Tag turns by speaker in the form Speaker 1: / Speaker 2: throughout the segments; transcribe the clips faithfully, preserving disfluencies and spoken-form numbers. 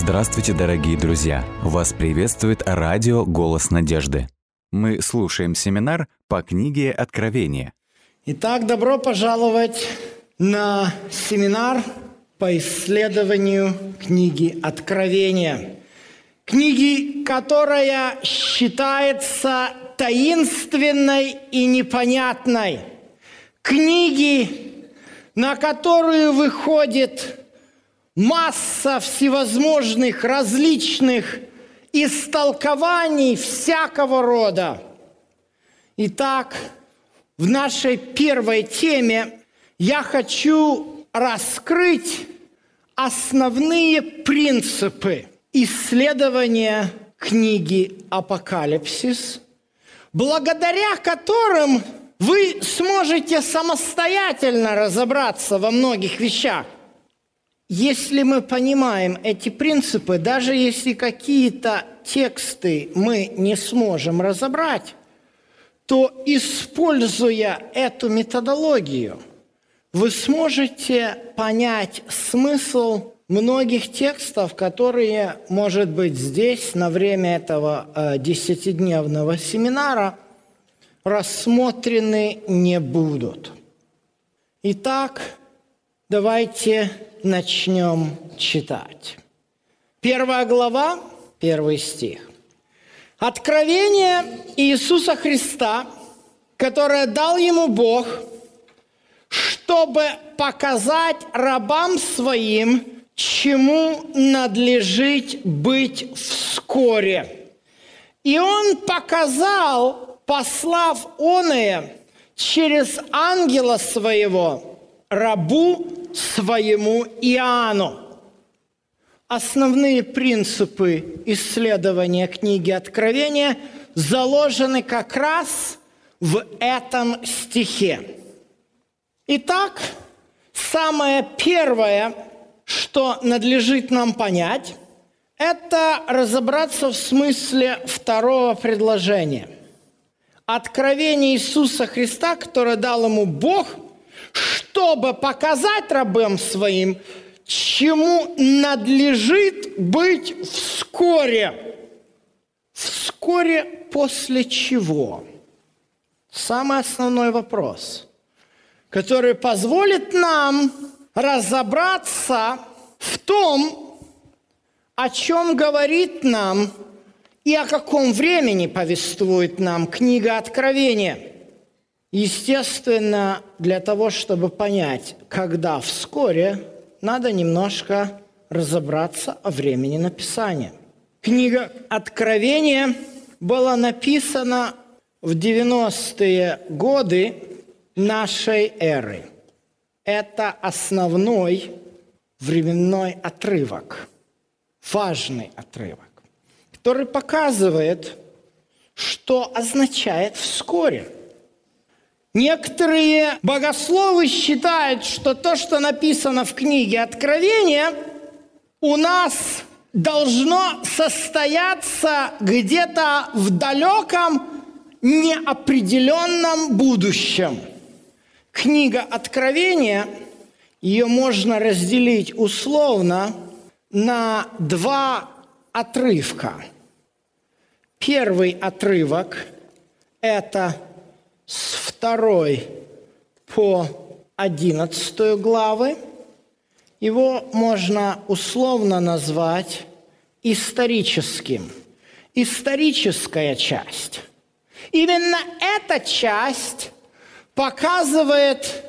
Speaker 1: Здравствуйте, дорогие друзья! Вас приветствует радио «Голос надежды». Мы слушаем семинар по книге Откровения.
Speaker 2: Итак, добро пожаловать на семинар по исследованию книги Откровения. Книги, которая считается таинственной и непонятной. Книги, на которую выходит масса всевозможных различных истолкований всякого рода. Итак, в нашей первой теме я хочу раскрыть основные принципы исследования книги Апокалипсис, благодаря которым вы сможете самостоятельно разобраться во многих вещах. Если мы понимаем эти принципы, даже если какие-то тексты мы не сможем разобрать, то, используя эту методологию, вы сможете понять смысл многих текстов, которые, может быть, здесь на время этого э, десятидневного семинара рассмотрены не будут. Итак, давайте начнем читать. Первая глава, первый стих. Откровение Иисуса Христа, которое дал ему Бог, чтобы показать рабам своим, чему надлежит быть вскоре. И он показал, послав оное через ангела своего, рабу своему Иоанну. Основные принципы исследования книги Откровения заложены как раз в этом стихе. Итак, самое первое, что надлежит нам понять, это разобраться в смысле второго предложения. Откровение Иисуса Христа, которое дал ему Бог, чтобы показать рабам своим, чему надлежит быть вскоре. Вскоре после чего? Самый основной вопрос, который позволит нам разобраться в том, о чем говорит нам и о каком времени повествует нам книга Откровения. Естественно, для того, чтобы понять, когда вскоре, надо немножко разобраться о времени написания. Книга Откровения была написана в девяностые годы нашей эры. Это основной временной отрывок, важный отрывок, который показывает, что означает «вскоре». Некоторые богословы считают, что то, что написано в книге Откровения, у нас должно состояться где-то в далеком, неопределенном будущем. Книга Откровения, ее можно разделить условно на два отрывка. Первый отрывок – это с второй по одиннадцатую главы. Его можно условно назвать историческим. Историческая часть. Именно эта часть показывает,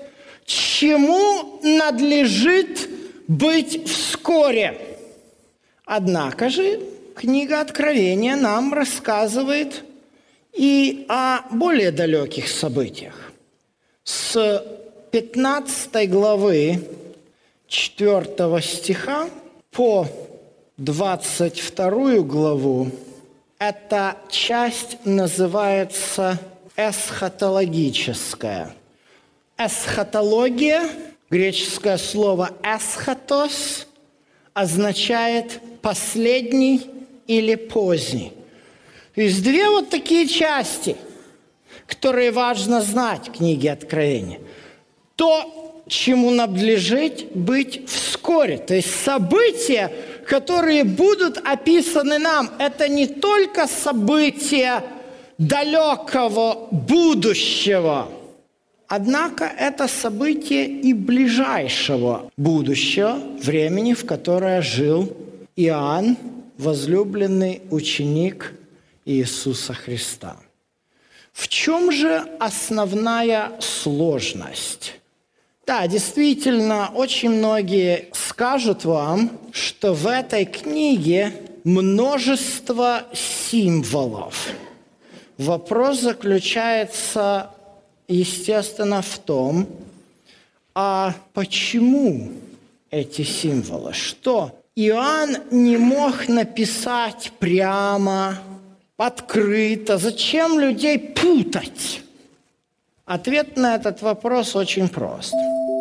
Speaker 2: чему надлежит быть вскоре. Однако же книга Откровения нам рассказывает и о более далеких событиях. С пятнадцатой главы четвёртого стиха по двадцать вторую главу эта часть называется эсхатологическая. Эсхатология, греческое слово «эсхатос», означает «последний» или «поздний». То есть две вот такие части, которые важно знать в книге Откровения. То, чему надлежит быть вскоре. То есть события, которые будут описаны нам, это не только события далекого будущего, однако это события и ближайшего будущего, времени, в которое жил Иоанн, возлюбленный ученик Иисуса Христа. В чем же основная сложность? Да, действительно, очень многие скажут вам, что в этой книге множество символов. Вопрос заключается, естественно, в том, а почему эти символы? Что Иоанн не мог написать прямо, открыто? Зачем людей путать? Ответ на этот вопрос очень прост.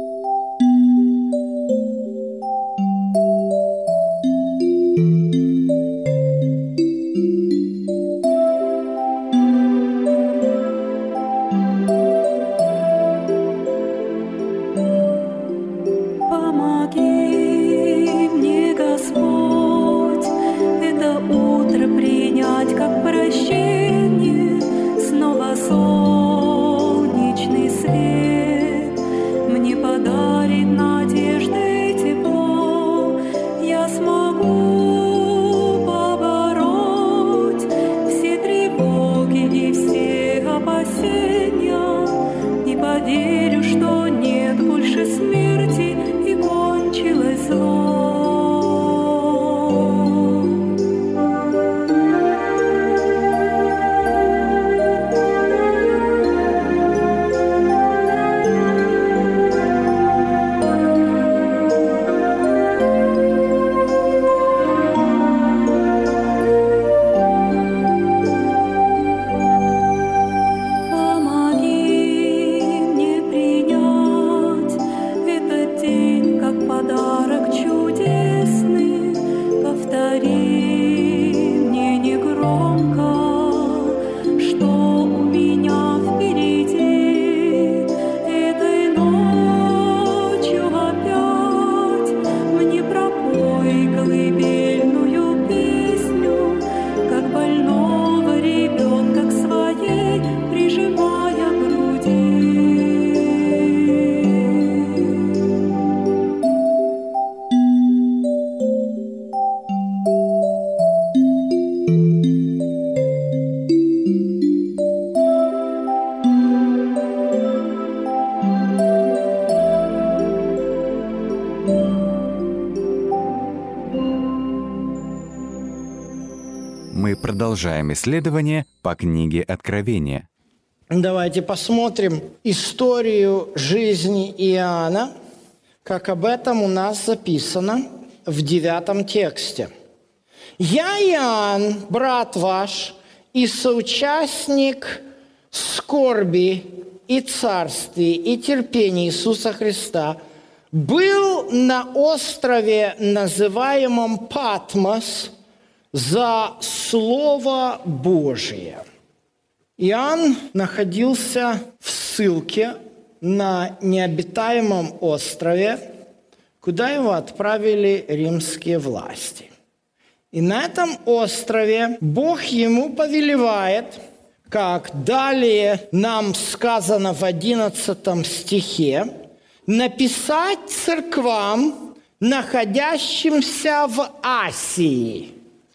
Speaker 1: Мы продолжаем исследование по книге Откровения.
Speaker 2: Давайте посмотрим историю жизни Иоанна, как об этом у нас записано в девятом тексте. «Я, Иоанн, брат ваш, и соучастник скорби и царствия и терпения Иисуса Христа, был на острове, называемом Патмос, за Слово Божие». Иоанн находился в ссылке на необитаемом острове, куда его отправили римские власти. И на этом острове Бог ему повелевает, как далее нам сказано в одиннадцатом стихе, написать церквам, находящимся в Асии.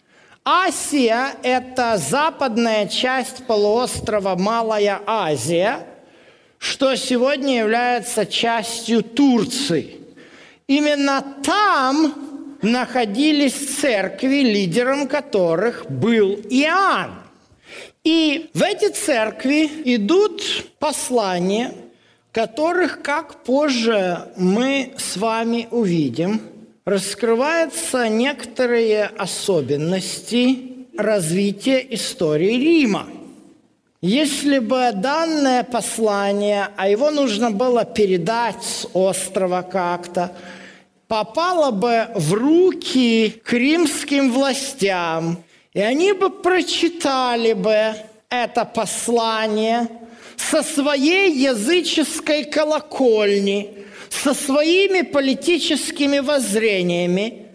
Speaker 2: Асия – это западная часть полуострова Малая Азия, что сегодня является частью Турции. Именно там находились церкви, лидером которых был Иоанн. И в эти церкви идут послания, которых, как позже мы с вами увидим, раскрываются некоторые особенности развития истории Рима. Если бы данное послание, а его нужно было передать с острова как-то, попало бы в руки к римским властям, и они бы прочитали бы это послание со своей языческой колокольни, со своими политическими воззрениями,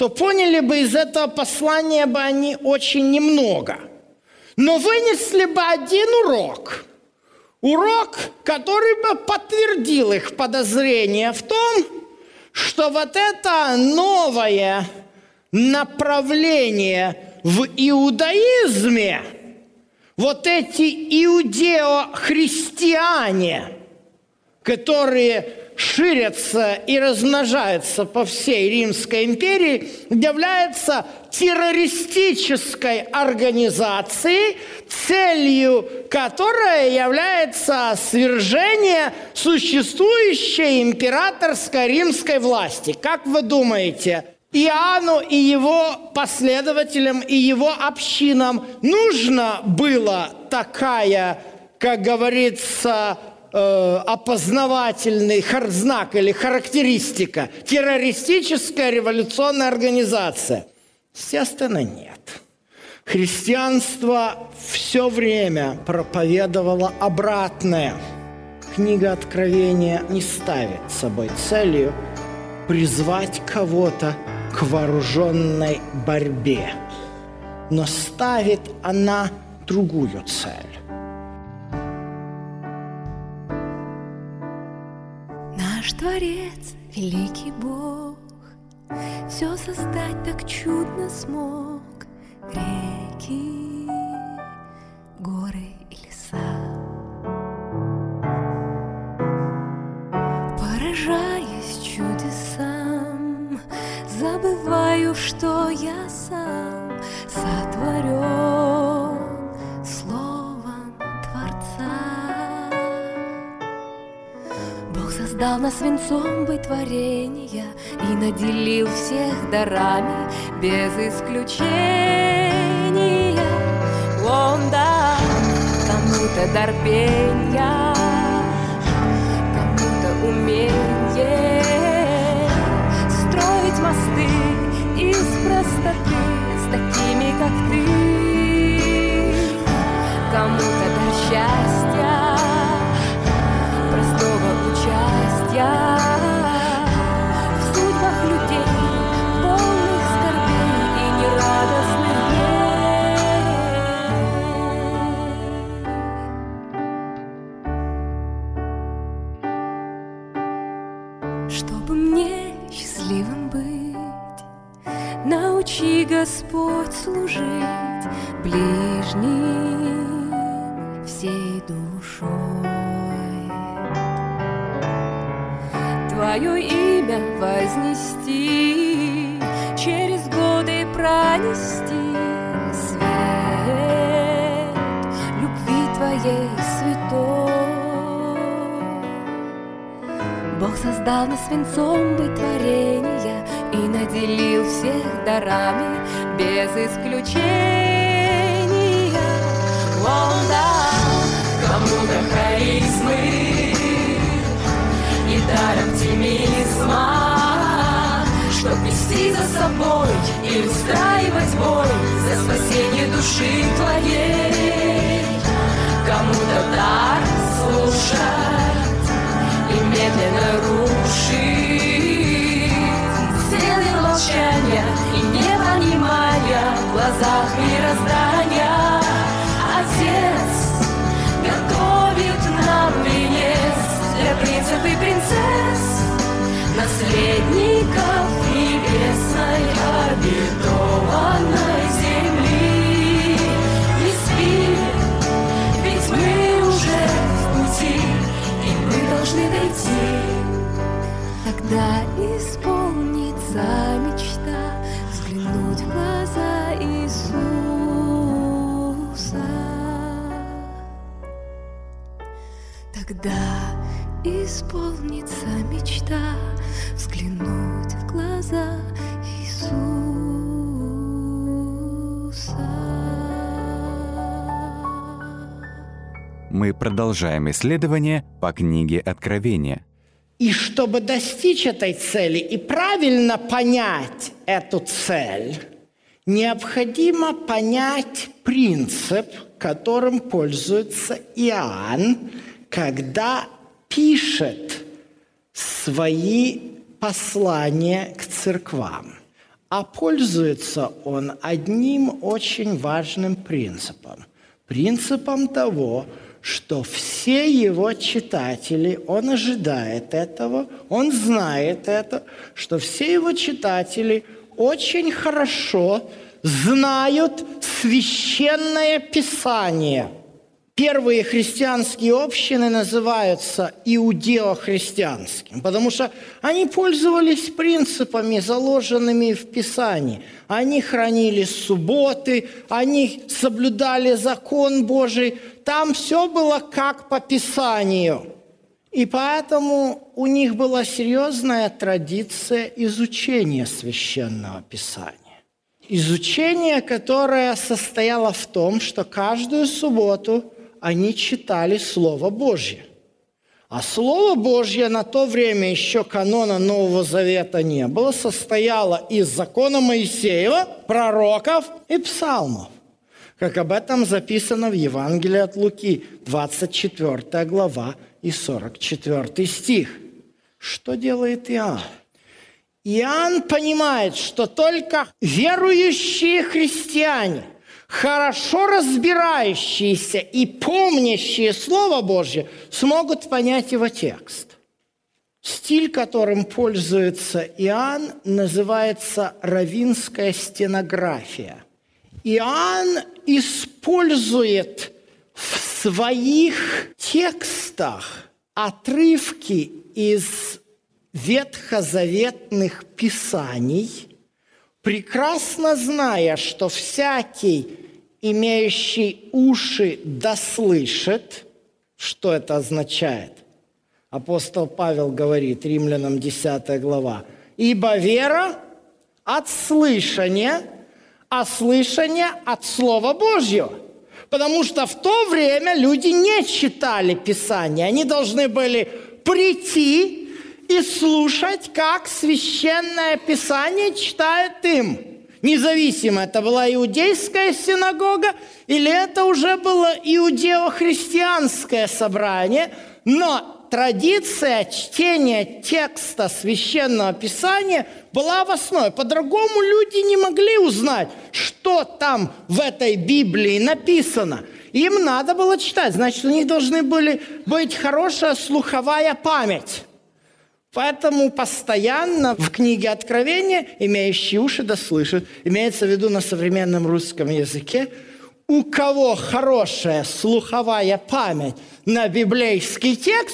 Speaker 2: то поняли бы из этого послания бы они очень немного. Но вынесли бы один урок. Урок, который бы подтвердил их подозрение в том, что вот это новое направление в иудаизме, вот эти иудео-христиане, которые ширятся и размножаются по всей Римской империи, является террористической организацией, целью которой является свержение существующей императорской римской власти. Как вы думаете, Иоанну и его последователям, и его общинам нужно было такая, как говорится, опознавательный знак или характеристика, террористическая революционная организация? Естественно, нет. Христианство все время проповедовало обратное. Книга Откровения не ставит собой целью призвать кого-то к вооруженной борьбе, но ставит она другую цель.
Speaker 3: Наш Творец, великий Бог, все создать так чудно смог. Реки, горы и леса. Поражаясь чудесам, забываю, что я сам сотворен словом Творца. Бог создал нас венцом быть творения и наделил всех дарами без исключения. Он дал кому-то дар пения, кому-то умение строить мосты из простоты с такими, как ты. Кому-то дар счастья, простого участия в судьбах людей, полных скорбей и нерадостных дней. Чтобы мне счастливым быть, научи, Господь, служить ближним всей душой. Твое имя вознести, через годы пронести свет любви Твоей святой. Бог создал нас венцом быть творения и наделил всех дарами без исключения. Он дал кому-то харизмы и дар оптимизма, чтоб вести за собой и устраивать бой за спасение души твоей. Кому-то дар слушать и медленно рушить стены молчания и непонимания в глазах мироздания. Отец готовит нам венец для принцев и принцесс, наследников небесной обетованной земли. Не спи, ведь мы уже в пути, и мы должны дойти. Тогда исполнится мечта взглянуть в глаза Иисуса. Тогда исполнится мечта взглянуть в глаза Иисуса.
Speaker 1: Мы продолжаем исследование по книге Откровения.
Speaker 2: И чтобы достичь этой цели и правильно понять эту цель, необходимо понять принцип, которым пользуется Иоанн, когда пишет свои послания к церквам. А пользуется он одним очень важным принципом. Принципом того, что все его читатели, он ожидает этого, он знает это, что все его читатели очень хорошо знают Священное Писание. Первые христианские общины называются иудео-христианскими, потому что они пользовались принципами, заложенными в Писании. Они хранили субботы, они соблюдали закон Божий. Там все было как по Писанию. И поэтому у них была серьезная традиция изучения Священного Писания. Изучение, которое состояло в том, что каждую субботу они читали Слово Божье. А Слово Божье на то время еще канона Нового Завета не было, состояло из закона Моисеева, пророков и псалмов, как об этом записано в Евангелии от Луки, двадцать четвёртая глава и сорок четвёртый стих. Что делает Иоанн? Иоанн понимает, что только верующие христиане, хорошо разбирающиеся и помнящие Слово Божье, смогут понять его текст. Стиль, которым пользуется Иоанн, называется раввинская стенография. Иоанн использует в своих текстах отрывки из ветхозаветных писаний, прекрасно зная, что всякий, имеющий уши, да слышит. Что это означает? Апостол Павел говорит, Римлянам десятая глава, «Ибо вера от слышания, а слышание от Слова Божьего». Потому что в то время люди не читали Писание. Они должны были прийти и слушать, как Священное Писание читает им. Независимо, это была иудейская синагога или это уже было иудео-христианское собрание, но традиция чтения текста Священного Писания была в основе. По-другому люди не могли узнать, что там в этой Библии написано. Им надо было читать, значит, у них должны были быть хорошая слуховая память. Поэтому постоянно в книге Откровения «имеющие уши да слышат», имеется в виду на современном русском языке, у кого хорошая слуховая память на библейский текст,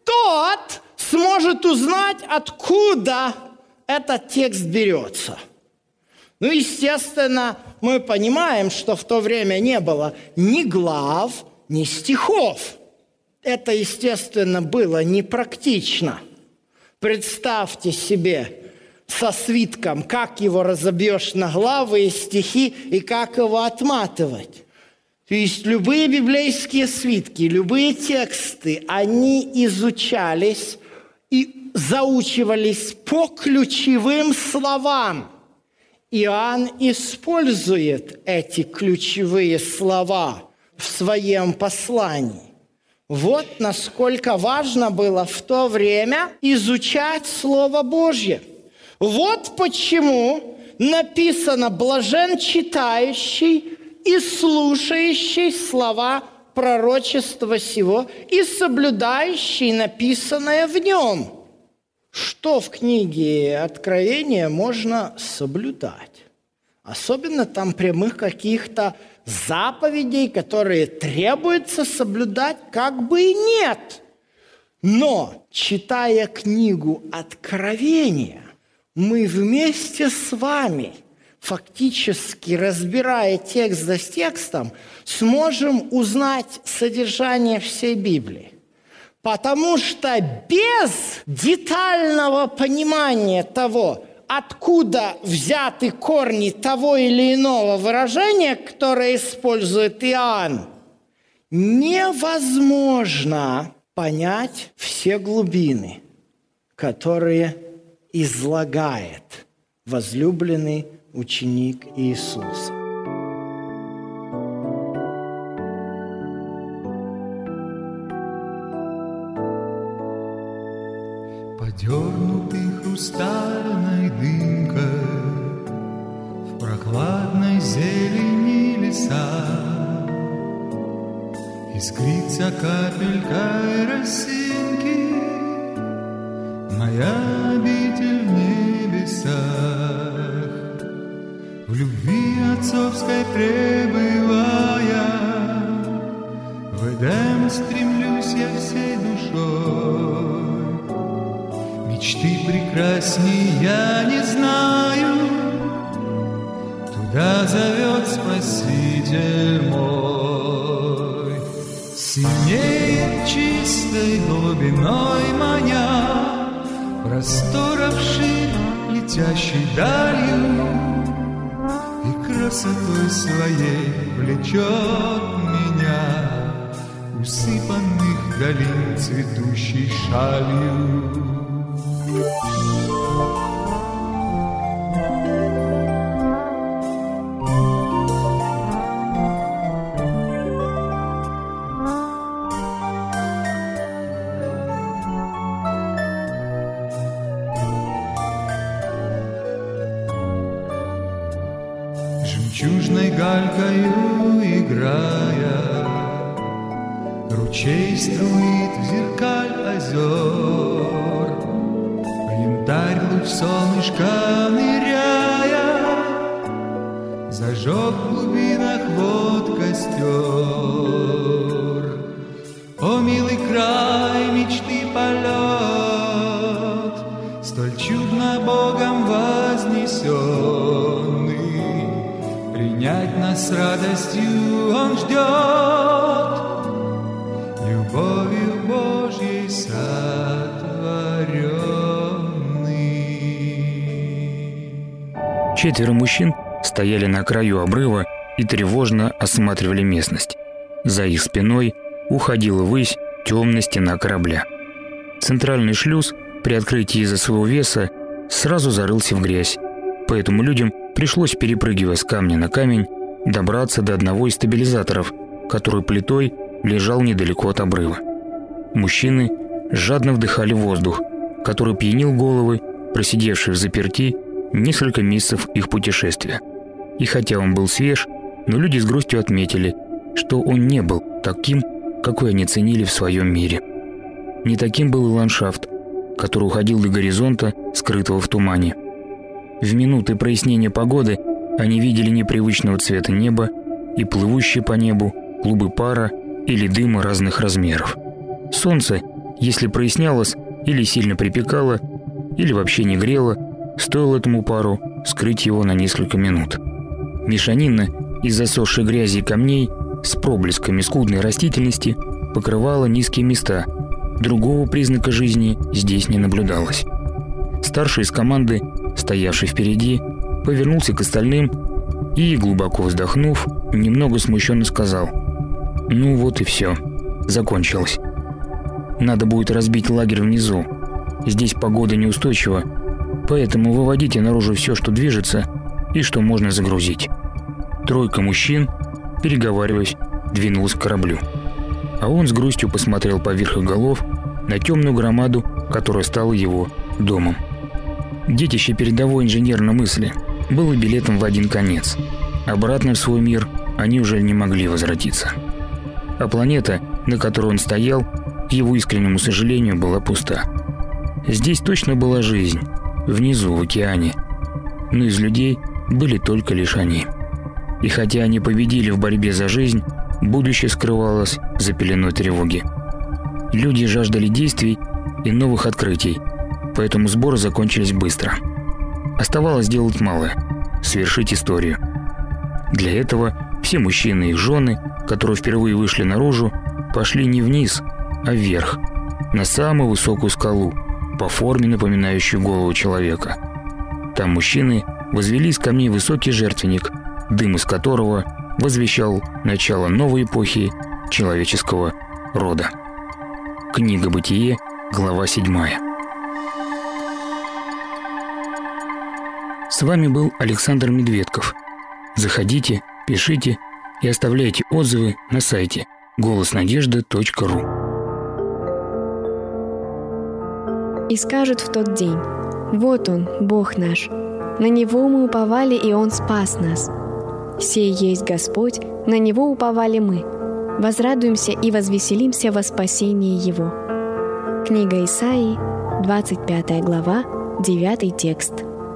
Speaker 2: тот сможет узнать, откуда этот текст берется. Ну, естественно, мы понимаем, что в то время не было ни глав, ни стихов. Это, естественно, было непрактично. Представьте себе со свитком, как его разобьешь на главы и стихи, и как его отматывать. То есть любые библейские свитки, любые тексты, они изучались и заучивались по ключевым словам. Иоанн использует эти ключевые слова в своем послании. Вот насколько важно было в то время изучать Слово Божье. Вот почему написано «блажен читающий и слушающий слова пророчества сего и соблюдающий написанное в нем». Что в книге Откровения можно соблюдать? Особенно там прямых каких-то заповедей, которые требуется соблюдать, как бы и нет. Но, читая книгу Откровения, мы вместе с вами, фактически разбирая текст за текстом, сможем узнать содержание всей Библии. Потому что без детального понимания того, откуда взяты корни того или иного выражения, которое использует Иоанн, невозможно понять все глубины, которые излагает возлюбленный ученик Иисуса.
Speaker 4: Подернутый хрустальной дымкой зелени леса, искрится капелькой росинки, моя обитель в небесах. В любви отцовской пребывая, в Эдем стремлюсь я всей душой. Мечты прекрасней я не знаю, туда зовет Спаситель мой. Синеет чистой глубиной маня, просторов ширь летящей далью, и красотой своей влечет меня, усыпанных долин цветущей шалью. Жемчужной галькою играя, ручей струит в зеркаль озер, в янтарь луч солнышка ныряя, зажег в глубинах вод костер. О, милый край мечты полет, столь чудно Богом вознесенный, принять нас с радостью Он ждет, любовью Божьей сотворенный.
Speaker 5: Четверо мужчин стояли на краю обрыва и тревожно осматривали местность. За их спиной уходила ввысь темная стена корабля. Центральный шлюз при открытии из-за своего веса сразу зарылся в грязь, поэтому людям пришлось, перепрыгивая с камня на камень, добраться до одного из стабилизаторов, который плитой лежал недалеко от обрыва. Мужчины жадно вдыхали воздух, который пьянил головы, просидевшие в заперти несколько месяцев их путешествия. И хотя он был свеж, но люди с грустью отметили, что он не был таким, какой они ценили в своем мире. Не таким был и ландшафт, который уходил до горизонта, скрытого в тумане. В минуты прояснения погоды они видели непривычного цвета неба и плывущие по небу клубы пара или дыма разных размеров. Солнце, если прояснялось или сильно припекало, или вообще не грело, стоило этому пару скрыть его на несколько минут. Мешанина из засохшей грязи и камней с проблесками скудной растительности покрывала низкие места. Другого признака жизни здесь не наблюдалось. Старший из команды, стоявший впереди, повернулся к остальным и, глубоко вздохнув, немного смущенно сказал: «Ну вот и все. Закончилось. Надо будет разбить лагерь внизу. Здесь погода неустойчива, поэтому выводите наружу все, что движется и что можно загрузить». Тройка мужчин, переговариваясь, двинулась к кораблю. А он с грустью посмотрел поверх их голов на темную громаду, которая стала его домом. Детище передовой инженерной мысли было билетом в один конец. Обратно в свой мир они уже не могли возвратиться. А планета, на которой он стоял, к его искреннему сожалению, была пуста. Здесь точно была жизнь, внизу, в океане. Но из людей были только лишь они. И хотя они победили в борьбе за жизнь, будущее скрывалось за пеленой тревоги. Люди жаждали действий и новых открытий, поэтому сборы закончились быстро. Оставалось сделать малое – свершить историю. Для этого все мужчины и их жены, которые впервые вышли наружу, пошли не вниз, а вверх, на самую высокую скалу, по форме напоминающую голову человека. Там мужчины возвели из камней высокий жертвенник, дым из которого возвещал начало новой эпохи человеческого рода. Книга «Бытие», глава седьмая. С вами был Александр Медведков. Заходите, пишите и оставляйте отзывы на сайте голос надежды точка ру.
Speaker 6: И скажут в тот день: вот Он, Бог наш, на Него мы уповали, и Он спас нас. Сей есть Господь, на Него уповали мы. Возрадуемся и возвеселимся во спасении Его». Книга Исаии, двадцать пятая глава, девятый текст.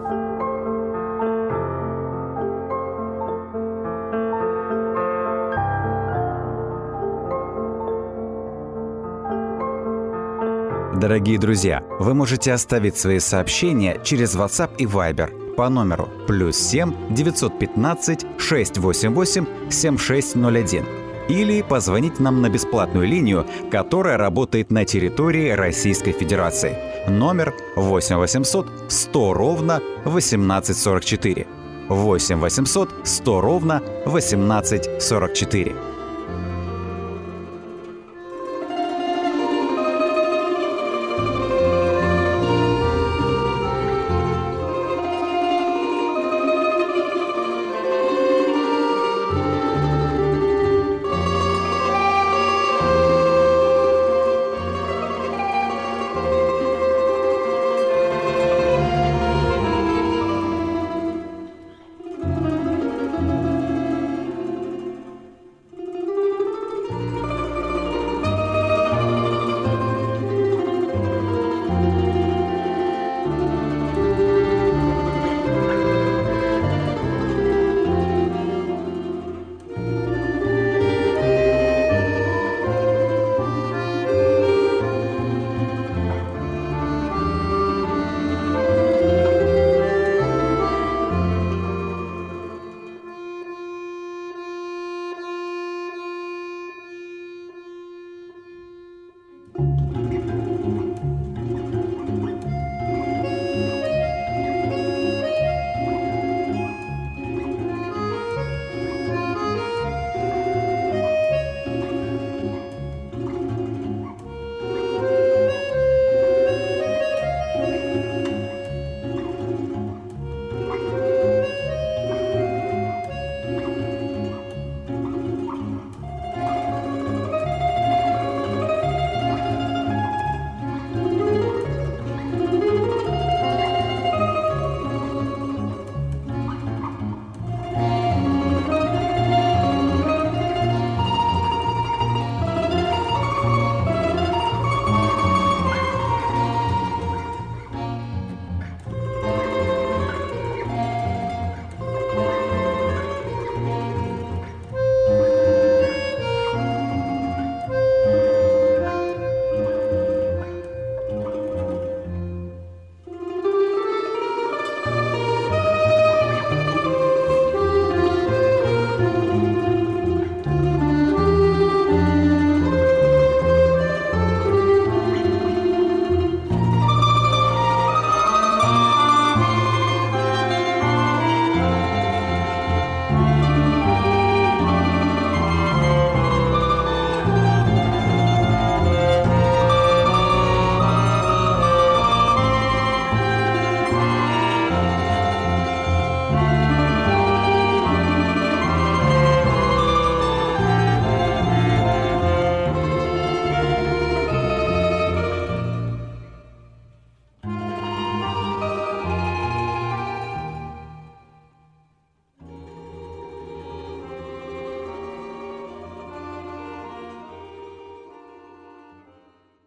Speaker 1: Дорогие друзья, вы можете оставить свои сообщения через WhatsApp и Viber по номеру плюс семь девятьсот пятнадцать шестьсот восемьдесят восемь семьдесят шесть ноль один или позвонить нам на бесплатную линию, которая работает на территории Российской Федерации. Номер восемь восемьсот сто ровно восемнадцать сорок четыре. восемь восемьсот сто ровно восемнадцать сорок четыре.